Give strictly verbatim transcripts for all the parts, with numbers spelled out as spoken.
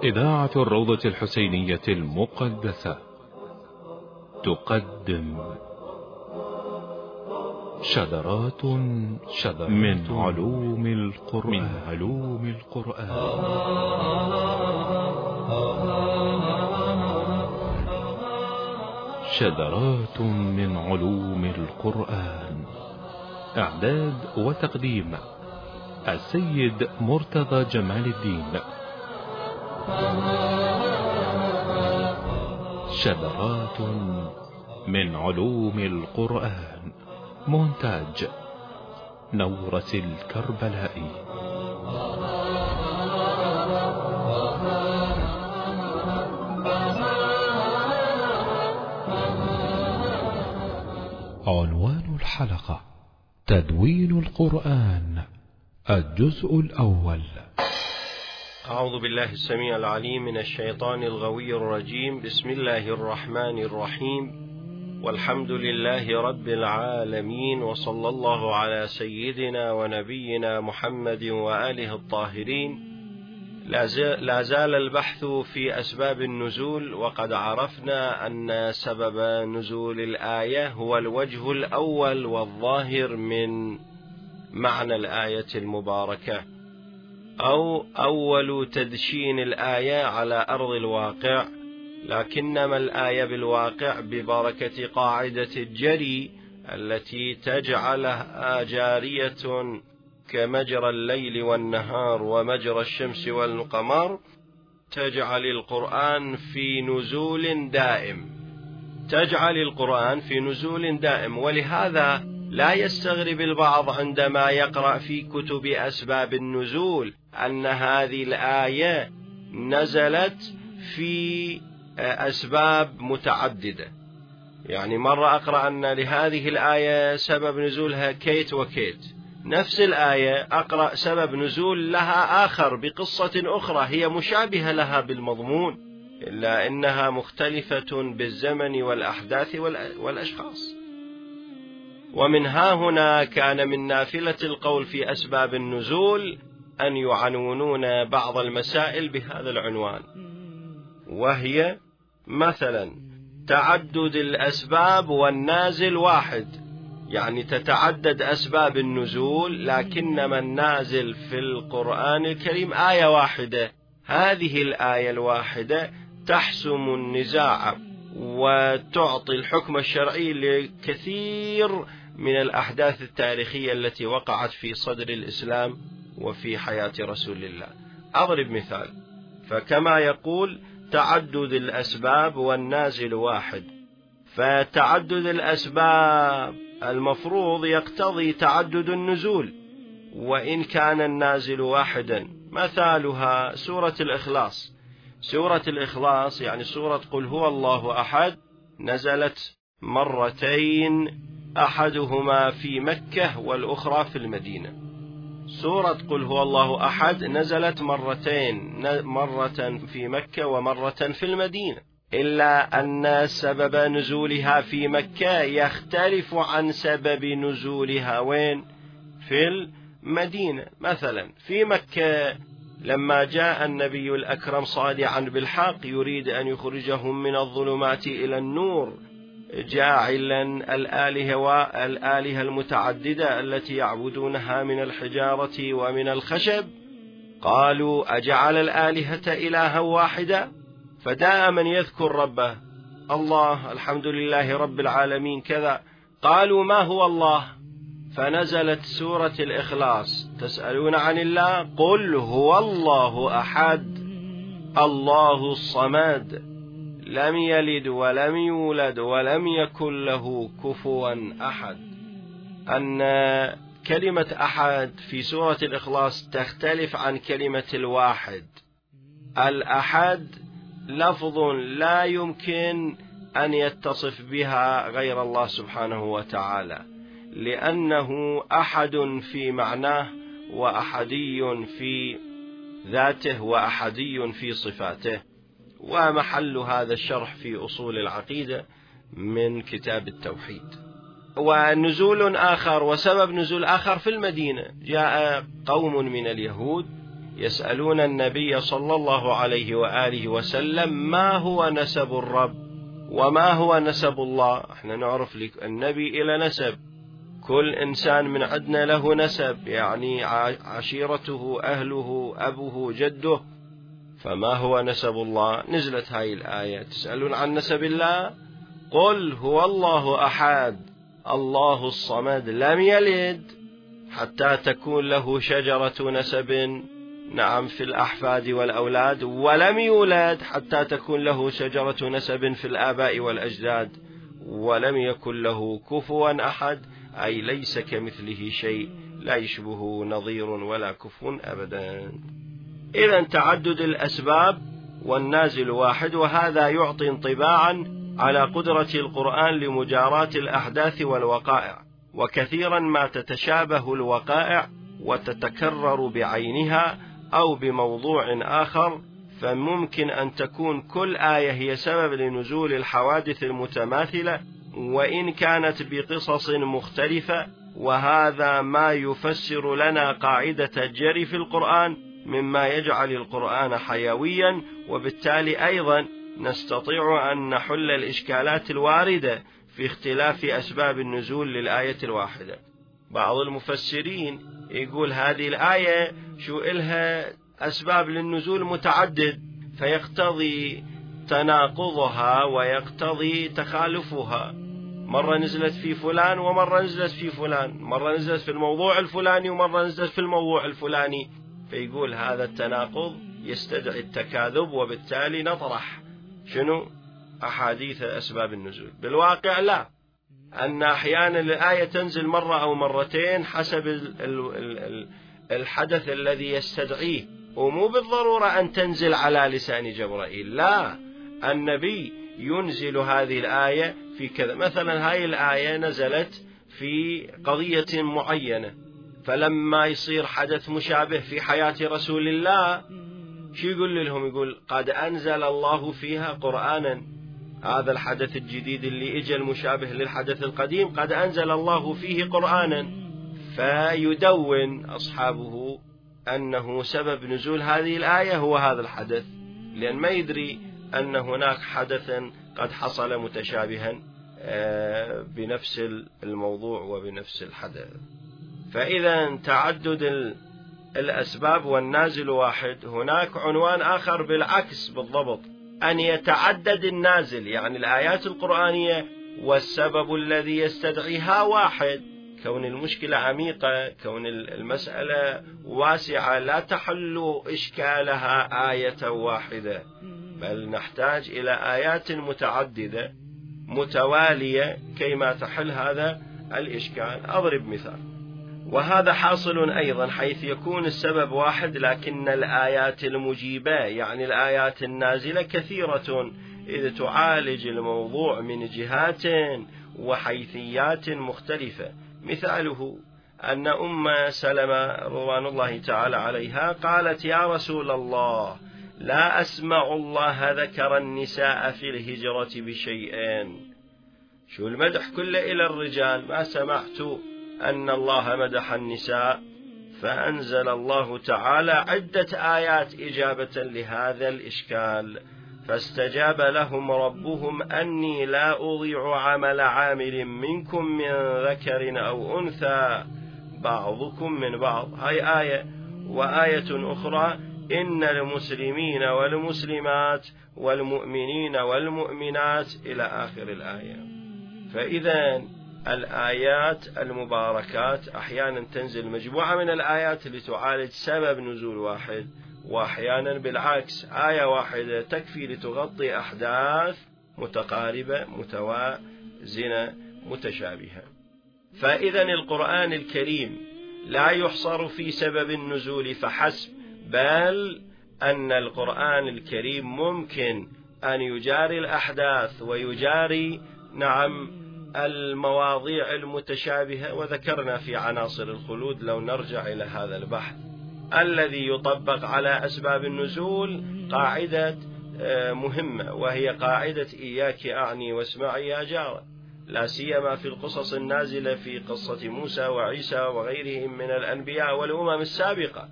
إذاعة الروضة الحسينية المقدسة تقدم شذرات شذرات من علوم القرآن من علوم القرآن شذرات من علوم القرآن. إعداد وتقديم السيد مرتضى جمال الدين. شذرات من علوم القرآن. مونتاج نورس الكربلائي. عنوان الحلقة: تدوين القرآن، الجزء الأول. أعوذ بالله السميع العليم من الشيطان الغوي الرجيم. بسم الله الرحمن الرحيم، والحمد لله رب العالمين، وصلى الله على سيدنا ونبينا محمد وآله الطاهرين. لا زال البحث في أسباب النزول، وقد عرفنا أن سبب نزول الآية هو الوجه الأول والظاهر من معنى الآية المباركة، أو أول تدشين الآية على أرض الواقع، لكنما الآية بالواقع ببركة قاعدة الجري التي تجعلها جارية كمجرى الليل والنهار ومجرى الشمس والقمر، تجعل القرآن في نزول دائم تجعل القرآن في نزول دائم ولهذا لا يستغرب البعض عندما يقرأ في كتب أسباب النزول أن هذه الآية نزلت في أسباب متعددة. يعني مرة أقرأ أن لهذه الآية سبب نزولها كيت وكيت، نفس الآية أقرأ سبب نزول لها آخر بقصة أخرى هي مشابهة لها بالمضمون، إلا إنها مختلفة بالزمن والأحداث والأشخاص. ومن ها هنا كان من نافلة القول في أسباب النزول أن يعنونون بعض المسائل بهذا العنوان، وهي مثلا تعدد الأسباب والنازل واحد، يعني تتعدد أسباب النزول لكنما النازل في القرآن الكريم آية واحدة. هذه الآية الواحدة تحسم النزاع وتعطي الحكم الشرعي لكثير من الأحداث التاريخية التي وقعت في صدر الإسلام وفي حياة رسول الله. أضرب مثال، فكما يقول تعدد الأسباب والنازل واحد، فتعدد الأسباب المفروض يقتضي تعدد النزول وإن كان النازل واحدا. مثالها سورة الإخلاص. سورة الإخلاص يعني سورة قل هو الله أحد نزلت مرتين، أحدهما في مكة والأخرى في المدينة. سورة قل هو الله أحد نزلت مرتين، مرة في مكة ومرة في المدينة، إلا أن سبب نزولها في مكة يختلف عن سبب نزولها وين؟ في المدينة. مثلا في مكة لما جاء النبي الأكرم صادعا بالحق يريد أن يخرجهم من الظلمات إلى النور، جاعلا الآلهة والآلهة المتعددة التي يعبدونها من الحجارة ومن الخشب، قالوا أجعل الآلهة إلها واحدة؟ فدائما يذكر ربه، الله الحمد لله رب العالمين كذا. قالوا ما هو الله؟ فنزلت سورة الإخلاص تسألون عن الله قل هو الله أحد الله الصمد لم يلد ولم يولد ولم يكن له كفوا أحد. أن كلمة أحد في سورة الإخلاص تختلف عن كلمة الواحد. الأحد لفظ لا يمكن أن يتصف بها غير الله سبحانه وتعالى، لأنه أحد في معناه وأحدي في ذاته وأحدي في صفاته. ومحل هذا الشرح في أصول العقيدة من كتاب التوحيد. ونزول آخر وسبب نزول آخر في المدينة، جاء قوم من اليهود يسألون النبي صلى الله عليه وآله وسلم ما هو نسب الرب وما هو نسب الله. احنا نعرف لك النبي إلى نسب، كل إنسان من عندنا له نسب، يعني عشيرته، أهله، أبوه، جده. فما هو نسب الله؟ نزلت هاي الآية: تسألون عن نسب الله، قل هو الله أحد الله الصمد لم يلد حتى تكون له شجرة نسب، نعم، في الأحفاد والأولاد، ولم يولد حتى تكون له شجرة نسب في الآباء والأجداد، ولم يكن له كفوا أحد، أي ليس كمثله شيء، لا يشبه نظير ولا كفو أبدا. إذن تعدد الأسباب والنازل واحد، وهذا يعطي انطباعا على قدرة القرآن لمجاراة الأحداث والوقائع، وكثيرا ما تتشابه الوقائع وتتكرر بعينها أو بموضوع آخر، فممكن أن تكون كل آية هي سبب لنزول الحوادث المتماثلة وإن كانت بقصص مختلفة، وهذا ما يفسر لنا قاعدة الجري في القرآن مما يجعل القرآن حيويا، وبالتالي أيضا نستطيع أن نحل الإشكالات الواردة في اختلاف أسباب النزول للآية الواحدة. بعض المفسرين يقول هذه الآية شو إلها أسباب للنزول متعدد، فيقتضي تناقضها ويقتضي تخالفها، مرة نزلت في فلان ومرة نزلت في فلان، مرة نزلت في الموضوع الفلاني ومرة نزلت في الموضوع الفلاني، فيقول هذا التناقض يستدعي التكاذب، وبالتالي نطرح شنو أحاديث أسباب النزول. بالواقع لا، أن أحيانا الآية تنزل مرة أو مرتين حسب الحدث الذي يستدعيه، ومو بالضرورة أن تنزل على لسان جبرائيل، لا، النبي ينزل هذه الآية في كذا. مثلا هاي الآية نزلت في قضية معينة، فلما يصير حدث مشابه في حياة رسول الله شو يقول لهم؟ يقول قد أنزل الله فيها قرآنا، هذا الحدث الجديد اللي إجا المشابه للحدث القديم قد أنزل الله فيه قرآنا، فيدون أصحابه أنه سبب نزول هذه الآية هو هذا الحدث، لأن ما يدري أن هناك حدثا قد حصل متشابها بنفس الموضوع وبنفس الحدث. فإذا تعدد الأسباب والنازل واحد. هناك عنوان آخر بالعكس بالضبط، أن يتعدد النازل، يعني الآيات القرآنية والسبب الذي يستدعيها واحد. كون المشكلة عميقة، كون المسألة واسعة، لا تحل إشكالها آية واحدة، بل نحتاج إلى آيات متعددة متوالية كيما تحل هذا الإشكال. أضرب مثال، وهذا حاصل أيضا حيث يكون السبب واحد لكن الآيات المجيبة، يعني الآيات النازلة كثيرة، إذ تعالج الموضوع من جهات وحيثيات مختلفة. مثاله أن أم سلمة رضوان الله تعالى عليها قالت: يا رسول الله، لا أسمع الله ذكر النساء في الهجرة بشيئين. شو المدح كله إلى الرجال، ما سمعت أن الله مدح النساء. فأنزل الله تعالى عدة آيات إجابة لهذا الإشكال، فاستجاب لهم ربهم أني لا أضيع عمل عامل منكم من ذكر أو أنثى بعضكم من بعض. هاي آية. وآية أخرى: إن المسلمين والمسلمات والمؤمنين والمؤمنات إلى آخر الآية. فإذا الآيات المباركات أحيانا تنزل مجموعة من الآيات لتعالج سبب نزول واحد، وأحيانا بالعكس آية واحدة تكفي لتغطي أحداث متقاربة متوازنة متشابهة. فإذا القرآن الكريم لا يحصر في سبب النزول فحسب، بل أن القرآن الكريم ممكن أن يجاري الأحداث ويجاري نعم المواضيع المتشابهة. وذكرنا في عناصر الخلود لو نرجع إلى هذا البحث الذي يطبق على أسباب النزول قاعدة مهمة، وهي قاعدة إياك أعني واسمعي يا جار، لا سيما في القصص النازلة في قصة موسى وعيسى وغيرهم من الأنبياء والأمم السابقة.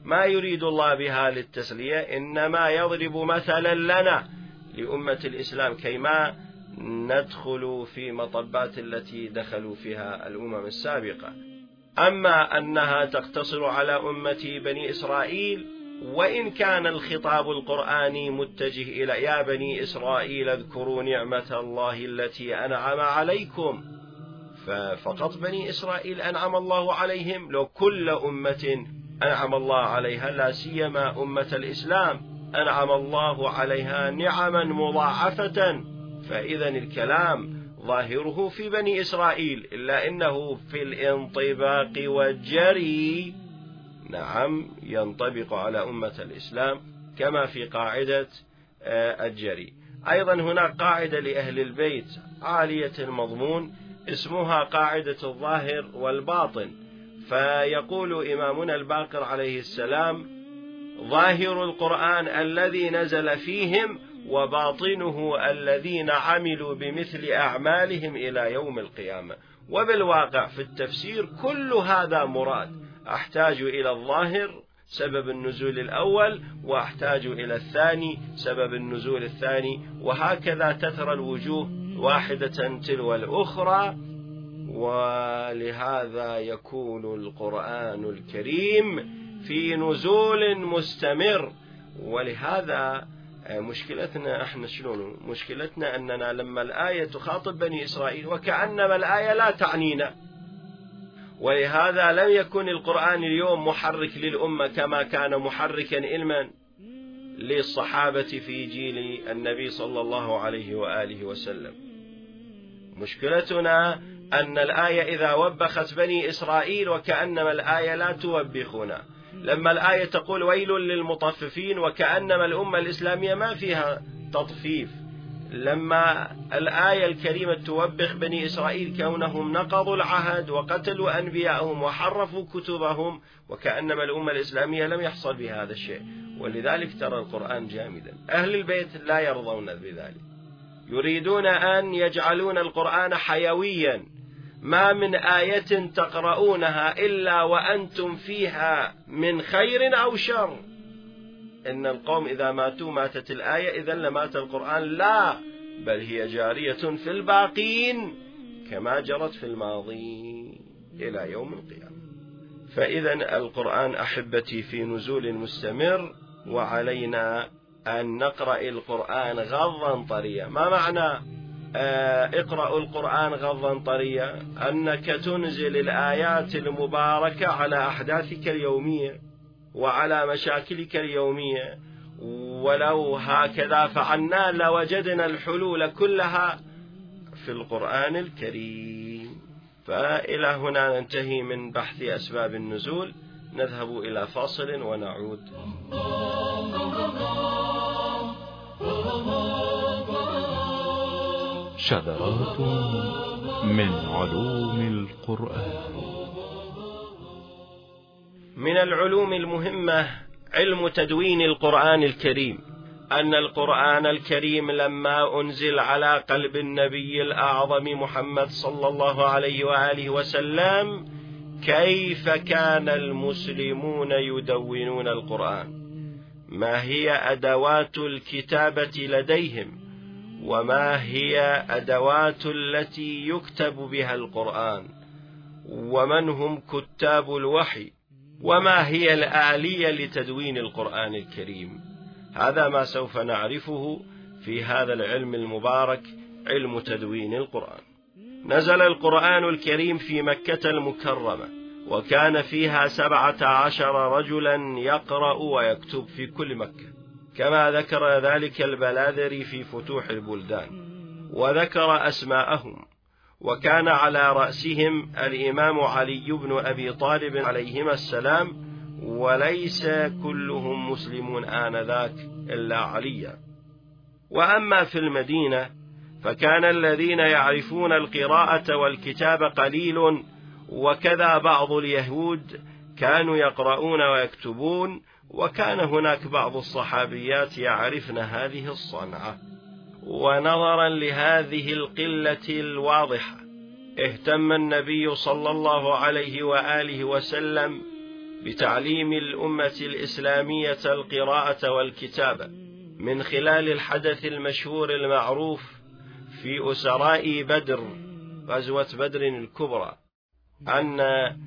ما يريد الله بها للتسلية، إنما يضرب مثلا لنا لأمة الإسلام كيما ندخل في مطبات التي دخلوا فيها الأمم السابقة. أما أنها تقتصر على أمة بني إسرائيل، وإن كان الخطاب القرآني متجه إلى يا بني إسرائيل اذكروا نعمة الله التي أنعم عليكم، ففقط بني إسرائيل أنعم الله عليهم؟ لو كل أمة أنعم الله عليها، لا سيما أمة الإسلام أنعم الله عليها نعما مضاعفة، فإذا الكلام ظاهره في بني إسرائيل، إلا إنه في الانطباق والجري نعم ينطبق على أمة الإسلام كما في قاعدة الجري. أيضا هناك قاعدة لأهل البيت عالية المضمون اسمها قاعدة الظاهر والباطن، فيقول إمامنا الباقر عليه السلام: ظاهر القرآن الذي نزل فيهم، وباطنه الذين عملوا بمثل أعمالهم إلى يوم القيامة. وبالواقع في التفسير كل هذا مراد، أحتاج إلى الظاهر سبب النزول الأول، وأحتاج إلى الثاني سبب النزول الثاني، وهكذا تترى الوجوه واحدة تلو الأخرى. ولهذا يكون القرآن الكريم في نزول مستمر. ولهذا مشكلتنا احنا شلون؟ مشكلتنا أننا لما الآية تخاطب بني إسرائيل وكأنما الآية لا تعنينا، ولهذا لم يكن القرآن اليوم محرك للأمة كما كان محركا علما للصحابة في جيل النبي صلى الله عليه وآله وسلم. مشكلتنا أن الآية إذا وبخت بني إسرائيل وكأنما الآية لا توبخنا، لما الآية تقول ويل للمطففين وكأنما الأمة الإسلامية ما فيها تطفيف، لما الآية الكريمة توبخ بني إسرائيل كونهم نقضوا العهد وقتلوا أنبياءهم وحرفوا كتبهم، وكأنما الأمة الإسلامية لم يحصل بهذا الشيء. ولذلك ترى القرآن جامدا. أهل البيت لا يرضون بذلك، يريدون أن يجعلون القرآن حيويا، ما من آية تقرؤونها إلا وأنتم فيها من خير أو شر. إن القوم إذا ماتوا ماتت الآية، إذن لمات القرآن. لا، بل هي جارية في الباقين كما جرت في الماضي إلى يوم القيامة. فإذا القرآن أحبتي في نزول مستمر، وعلينا أن نقرأ القرآن غضا طريا. ما معنى آه اقرأوا القرآن غضا طريا؟ أنك تنزل الآيات المباركة على أحداثك اليومية وعلى مشاكلك اليومية، ولو هكذا فعلنا لوجدنا الحلول كلها في القرآن الكريم. فإلى هنا ننتهي من بحث أسباب النزول، نذهب إلى فاصل ونعود. شذرات من علوم القرآن. من العلوم المهمة علم تدوين القرآن الكريم، أن القرآن الكريم لما أنزل على قلب النبي الأعظم محمد صلى الله عليه وآله وسلم، كيف كان المسلمون يدونون القرآن؟ ما هي أدوات الكتابة لديهم؟ وما هي أدوات التي يكتب بها القرآن؟ ومن هم كتاب الوحي؟ وما هي الآلية لتدوين القرآن الكريم؟ هذا ما سوف نعرفه في هذا العلم المبارك، علم تدوين القرآن. نزل القرآن الكريم في مكة المكرمة، وكان فيها سبعة عشر رجلا يقرأ ويكتب في كل مكة، كما ذكر ذلك البلاذري في فتوح البلدان، وذكر أسماءهم. وكان على رأسهم الإمام علي بن أبي طالب عليهما السلام، وليس كلهم مسلمون آنذاك إلا عليا. وأما في المدينة فكان الذين يعرفون القراءة والكتاب قليل، وكذا بعض اليهود كانوا يقرؤون ويكتبون، وكان هناك بعض الصحابيات يعرفن هذه الصنعة. ونظرا لهذه القلة الواضحة، اهتم النبي صلى الله عليه وآله وسلم بتعليم الأمة الإسلامية القراءة والكتابة من خلال الحدث المشهور المعروف في أسراء بدر، غزوة بدر الكبرى، أن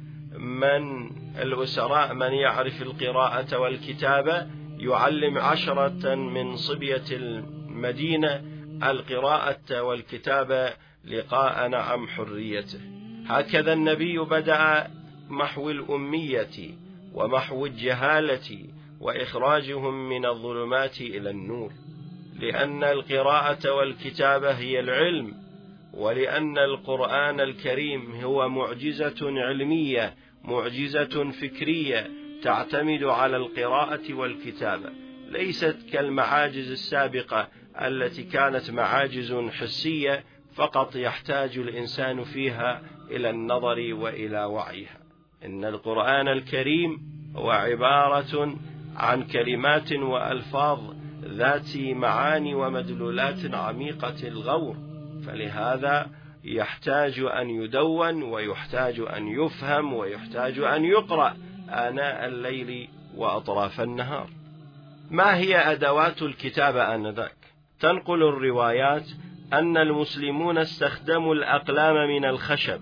من الأسراء من يعرف القراءة والكتابة يعلم عشرة من صبية المدينة القراءة والكتابة لقاء نعم حريته. هكذا النبي بدأ محو الأمية ومحو الجهالة وإخراجهم من الظلمات إلى النور، لأن القراءة والكتابة هي العلم، ولأن القرآن الكريم هو معجزة علمية، معجزة فكرية تعتمد على القراءة والكتابة، ليست كالمعاجز السابقة التي كانت معاجز حسية فقط يحتاج الإنسان فيها إلى النظر وإلى وعيها. إن القرآن الكريم هو عبارة عن كلمات وألفاظ ذات معاني ومدلولات عميقة الغور، فلهذا يحتاج أن يدون ويحتاج أن يفهم ويحتاج أن يقرأ آناء الليل وأطراف النهار. ما هي أدوات الكتابة آنذاك؟ تنقل الروايات أن المسلمون استخدموا الأقلام من الخشب،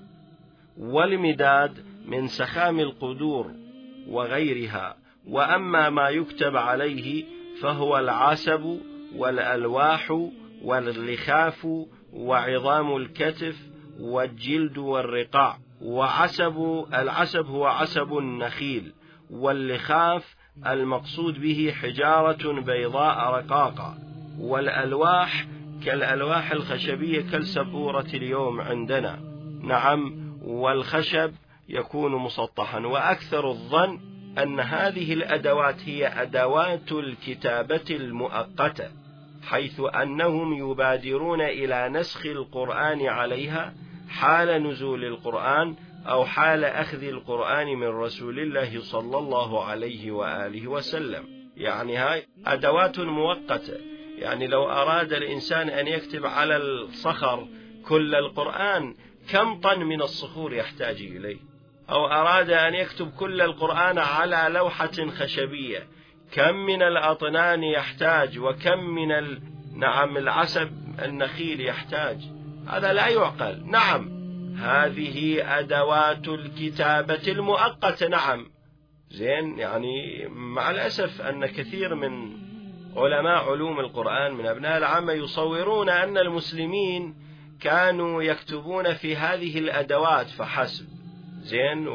والمداد من سخام القدور وغيرها، وأما ما يكتب عليه فهو العسب والألواح واللخاف وعظام الكتف والجلد والرقاع. وعسب العسب هو عسب النخيل، واللخاف المقصود به حجارة بيضاء رقاقة، والألواح كالألواح الخشبية كالسبورة اليوم عندنا. نعم، والخشب يكون مسطحا. وأكثر الظن أن هذه الأدوات هي أدوات الكتابة المؤقتة، حيث أنهم يبادرون إلى نسخ القرآن عليها حال نزول القرآن أو حال أخذ القرآن من رسول الله صلى الله عليه وآله وسلم. يعني هاي أدوات مؤقتة. يعني لو أراد الإنسان أن يكتب على الصخر كل القرآن، كم طن من الصخور يحتاج إليه؟ أو أراد أن يكتب كل القرآن على لوحة خشبية، كم من الأطنان يحتاج، وكم من ال... نعم العسب النخيل يحتاج؟ هذا لا يعقل. نعم، هذه أدوات الكتابة المؤقتة. نعم، زين. يعني مع الأسف أن كثير من علماء علوم القرآن من أبناء العامة يصورون أن المسلمين كانوا يكتبون في هذه الأدوات فحسب. زين.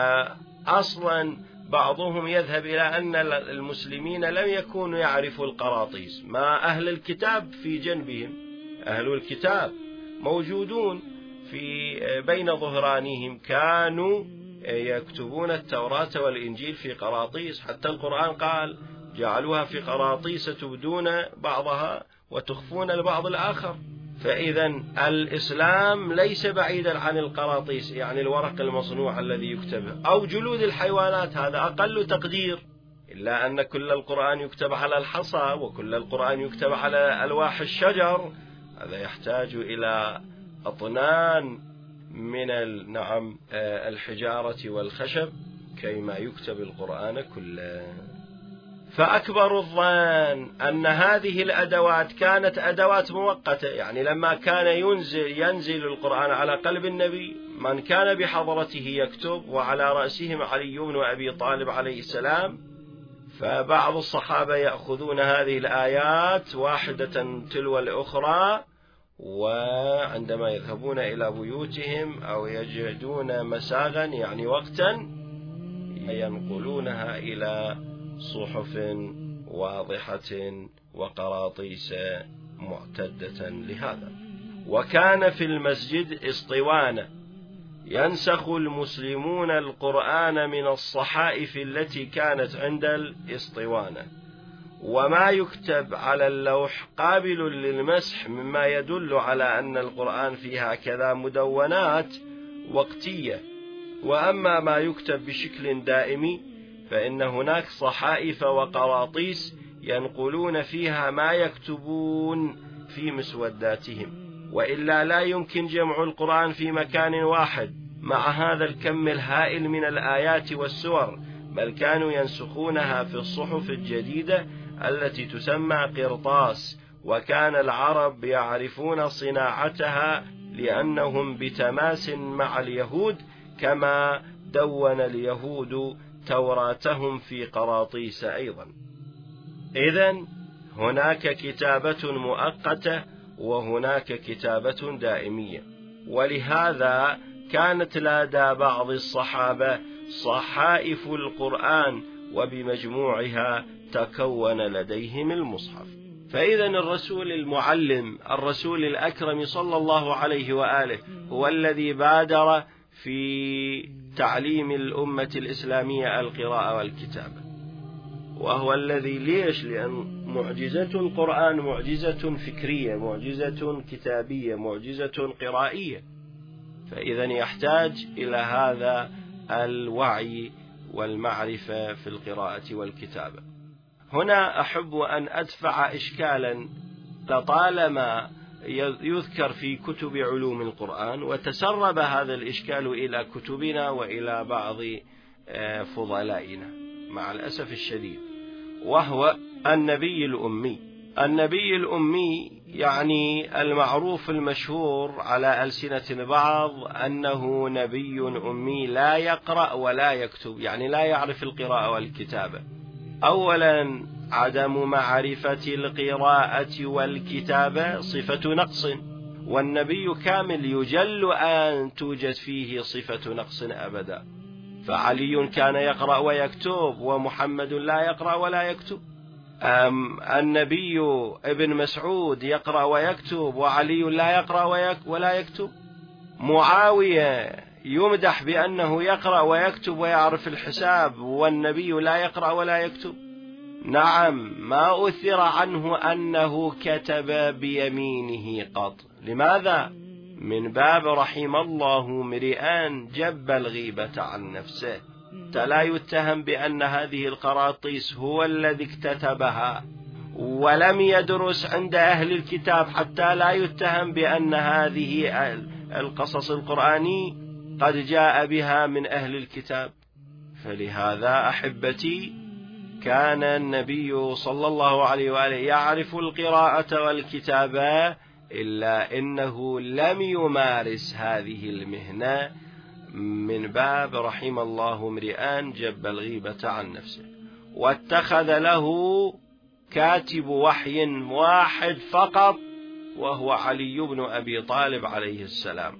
وأصلا بعضهم يذهب إلى أن المسلمين لم يكونوا يعرفوا القراطيس، ما أهل الكتاب في جنبهم، أهل الكتاب موجودون في بين ظهرانهم، كانوا يكتبون التوراة والإنجيل في قراطيس. حتى القرآن قال جعلوها في قراطيس تبدون بعضها وتخفون البعض الآخر. فإذا الإسلام ليس بعيدا عن القراطيس، يعني الورق المصنوع الذي يكتب، أو جلود الحيوانات، هذا أقل تقدير. إلا أن كل القرآن يكتب على الحصى، وكل القرآن يكتب على ألواح الشجر، هذا يحتاج إلى أطنان من نعم الحجارة والخشب كيما يكتب القرآن كله. فأكبر الظن أن هذه الأدوات كانت أدوات مؤقتة. يعني لما كان ينزل, ينزل القرآن على قلب النبي، من كان بحضرته يكتب، وعلى رأسهم علي بن أبي طالب عليه السلام، فبعض الصحابة يأخذون هذه الآيات واحدة تلو الأخرى، وعندما يذهبون إلى بيوتهم أو يجدون مساغا يعني وقتا ينقلونها إلى صحف واضحة وقراطيس معتدة لهذا. وكان في المسجد اسطوانة ينسخ المسلمون القرآن من الصحائف التي كانت عند الاسطوانة، وما يكتب على اللوح قابل للمسح، مما يدل على أن القرآن فيها كذا مدونات وقتية. وأما ما يكتب بشكل دائمي فإن هناك صحائف وقراطيس ينقلون فيها ما يكتبون في مسوداتهم، وإلا لا يمكن جمع القرآن في مكان واحد مع هذا الكم الهائل من الآيات والسور. بل كانوا ينسخونها في الصحف الجديدة التي تسمى قرطاس، وكان العرب يعرفون صناعتها لأنهم بتماس مع اليهود، كما دون اليهود توراتهم في قراطيس أيضا. إذن هناك كتابة مؤقتة وهناك كتابة دائمية، ولهذا كانت لدى بعض الصحابة صحائف القرآن، وبمجموعها تكون لديهم المصحف. فإذا الرسول المعلم، الرسول الأكرم صلى الله عليه وآله، هو الذي بادر في تعليم الأمة الإسلامية القراءة والكتابة، وهو الذي ليش؟ لأن معجزة القرآن معجزة فكرية، معجزة كتابية، معجزة قرائية، فإذا يحتاج إلى هذا الوعي والمعرفة في القراءة والكتابة. هنا أحب أن أدفع إشكالا لطالما يذكر في كتب علوم القرآن، وتسرب هذا الإشكال إلى كتبنا وإلى بعض فضلائنا مع الأسف الشديد، وهو النبي الأمي. النبي الأمي يعني المعروف المشهور على ألسنة البعض أنه نبي أمي لا يقرأ ولا يكتب، يعني لا يعرف القراءة والكتابة. أولا عدم معرفة القراءة والكتابة صفة نقص، والنبي كامل يجل أن توجد فيه صفة نقص أبدا. فعلي كان يقرأ ويكتب، ومحمد لا يقرأ ولا يكتب. أم النبي ابن مسعود يقرأ ويكتب، وعلي لا يقرأ ولا يكتب. معاوية يمدح بأنه يقرأ ويكتب ويعرف الحساب، والنبي لا يقرأ ولا يكتب. نعم، ما أثر عنه أنه كتب بيمينه قط. لماذا؟ من باب رحم الله امرئا جب الغيبة عن نفسه، لا يتهم بأن هذه القراطيس هو الذي اكتتبها، ولم يدرس عند أهل الكتاب حتى لا يتهم بأن هذه القصص القرآني قد جاء بها من أهل الكتاب. فلهذا أحبتي كان النبي صلى الله عليه وآله يعرف القراءة والكتابة، إلا إنه لم يمارس هذه المهنة من باب رحم الله امرئا جب الغيبة عن نفسه، واتخذ له كاتب وحي واحد فقط، وهو علي بن أبي طالب عليه السلام.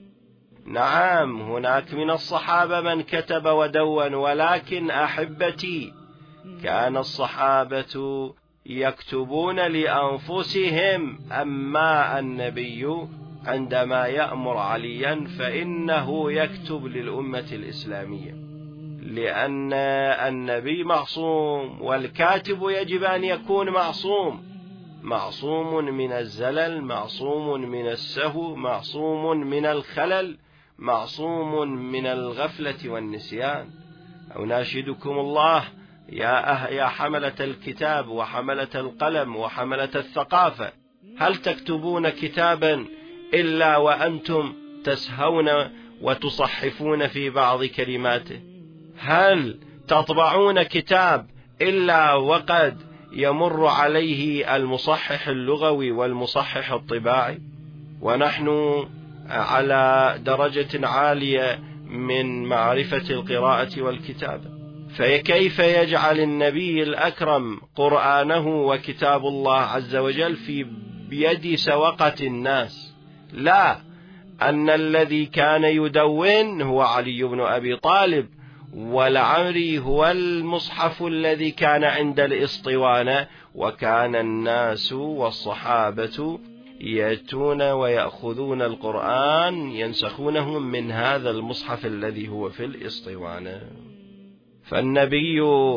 نعم، هناك من الصحابة من كتب ودون، ولكن أحبتي كان الصحابة يكتبون لأنفسهم، أما النبي عندما يأمر عليا فإنه يكتب للأمة الإسلامية، لأن النبي معصوم، والكاتب يجب أن يكون معصوم، معصوم من الزلل، معصوم من السهو، معصوم من الخلل، معصوم من الغفلة والنسيان. أناشدكم الله يا أه يا حملة الكتاب وحملة القلم وحملة الثقافة، هل تكتبون كتابا إلا وأنتم تسهون وتصحفون في بعض كلماته؟ هل تطبعون كتاب إلا وقد يمر عليه المصحح اللغوي والمصحح الطباعي؟ ونحن على درجة عالية من معرفة القراءة والكتابة، فكيف يجعل النبي الأكرم قرآنه وكتاب الله عز وجل في بيد سوقة الناس؟ لا، أن الذي كان يدون هو علي بن أبي طالب، والعمري هو المصحف الذي كان عند الإسطوانة، وكان الناس والصحابة يأتون ويأخذون القرآن ينسخونه من هذا المصحف الذي هو في الإسطوانة. فالنبي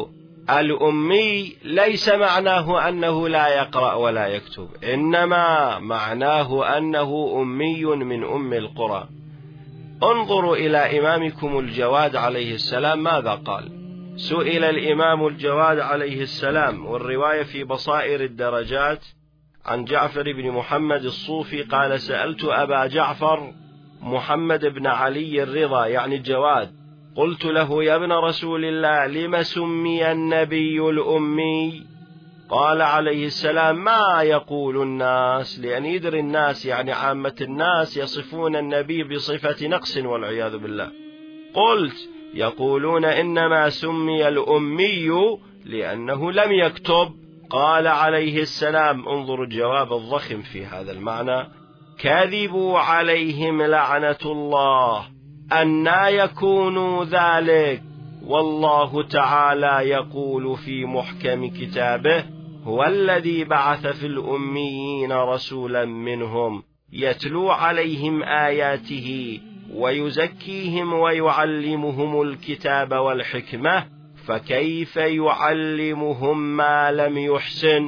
الأمي ليس معناه أنه لا يقرأ ولا يكتب، إنما معناه أنه أمي من أم القرى. انظروا إلى إمامكم الجواد عليه السلام ماذا قال. سئل الإمام الجواد عليه السلام، والرواية في بصائر الدرجات عن جعفر بن محمد الصوفي قال: سألت أبا جعفر محمد بن علي الرضا يعني الجواد، قلت له يا ابن رسول الله لم سمي النبي الأمي؟ قال عليه السلام ما يقول الناس، لأن يدري الناس يعني عامة الناس يصفون النبي بصفة نقص والعياذ بالله. قلت يقولون إنما سمي الأمي لأنه لم يكتب. قال عليه السلام، انظر الجواب الضخم في هذا المعنى: كذبوا عليهم لعنة الله، أنى يكون ذلك، والله تعالى يقول في محكم كتابه: هو الذي بعث في الأميين رسولا منهم يتلو عليهم آياته ويزكيهم ويعلمهم الكتاب والحكمة، فكيف يعلمهم ما لم يحسن؟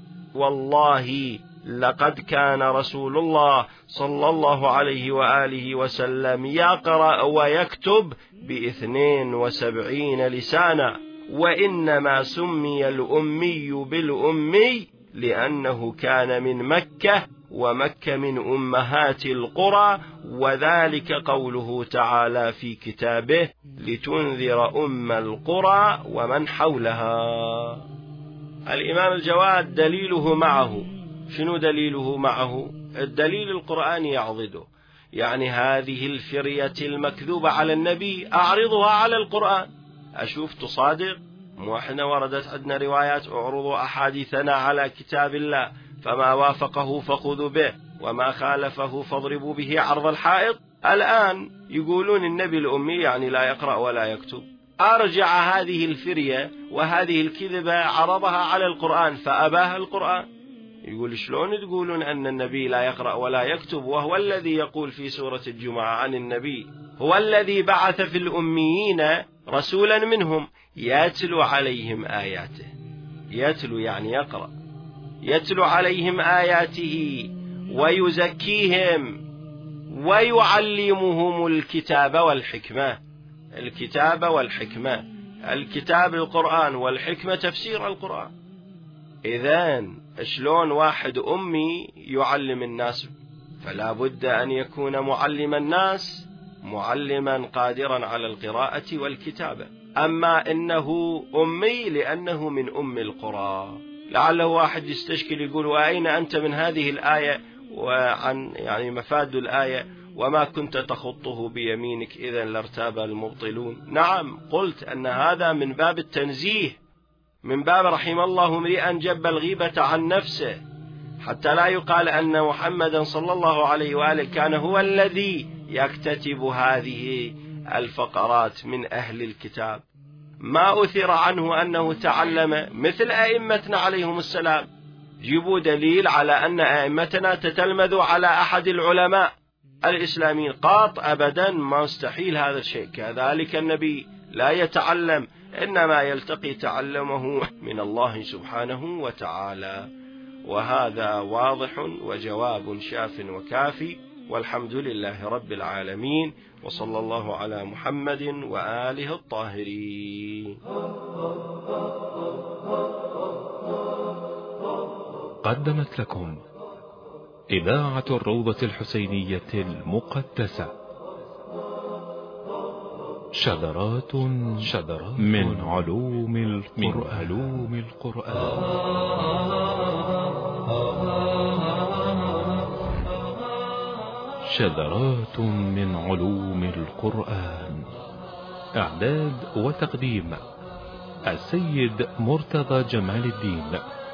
والله لقد كان رسول الله صلى الله عليه وآله وسلم يقرأ ويكتب باثنين وسبعين لسانا، وإنما سمي الأمي بالأمي لأنه كان من مكة، ومكة من أمهات القرى، وذلك قوله تعالى في كتابه: لتنذر أم القرى ومن حولها. الإمام الجواد دليله معه. شنو دليله معه؟ الدليل القرآني يعضده، يعني هذه الفرية المكذوبة على النبي أعرضها على القرآن أشوف تصادق. مو احنا وردت عندنا روايات: اعرضوا أحاديثنا على كتاب الله فما وافقه فخذوا به وما خالفه فاضربوا به عرض الحائط. الآن يقولون النبي الأمي يعني لا يقرأ ولا يكتب. أرجع هذه الفرية وهذه الكذبة عرضها على القرآن فأباها القرآن. يقول شلون تقولون أن النبي لا يقرأ ولا يكتب وهو الذي يقول في سورة الجمعة عن النبي: هو الذي بعث في الأميين رسولا منهم يتلو عليهم آياته. يتلو يعني يقرأ، يتلو عليهم آياته ويزكيهم ويعلمهم الكتاب والحكمة. الكتاب والحكمة، الكتاب القرآن والحكمة تفسير القرآن. إذن شلون واحد أمي يعلم الناس؟ فلا بد أن يكون معلم الناس معلما قادرا على القراءة والكتابة. أما إنه أمي لأنه من أم القرى. لعله واحد يستشكل يقول: وأين أنت من هذه الآية وعن يعني مفاد الآية وما كنت تخطه بيمينك إذا لارتاب المبطلون؟ نعم، قلت أن هذا من باب التنزيه، من باب رحم الله امرئا جب الغيبة عن نفسه، حتى لا يقال أن محمدا صلى الله عليه وآله كان هو الذي يكتتب هذه الفقرات من أهل الكتاب. ما أثر عنه أنه تعلم مثل أئمتنا عليهم السلام. جيبوا دليل على أن أئمتنا تتلمذوا على أحد العلماء الإسلاميين. قاط أبدا، ما مستحيل هذا الشيء. كذلك النبي لا يتعلم، إنما يلتقي تعلمه من الله سبحانه وتعالى. وهذا واضح وجواب شاف وكافي، والحمد لله رب العالمين، وصلى الله على محمد وآله الطاهرين. قدمت لكم إذاعة الروضة الحسينية المقدسة شذرات شذرات من علوم القرآن, علوم القرآن. شذرات من علوم القرآن. إعداد وتقديم السيد مرتضى جمال الدين.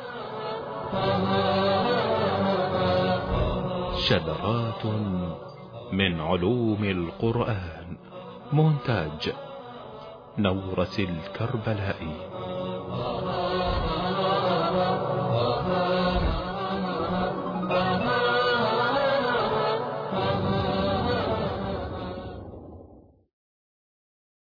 شذرات من علوم القرآن. مونتاج نورس الكربلائي.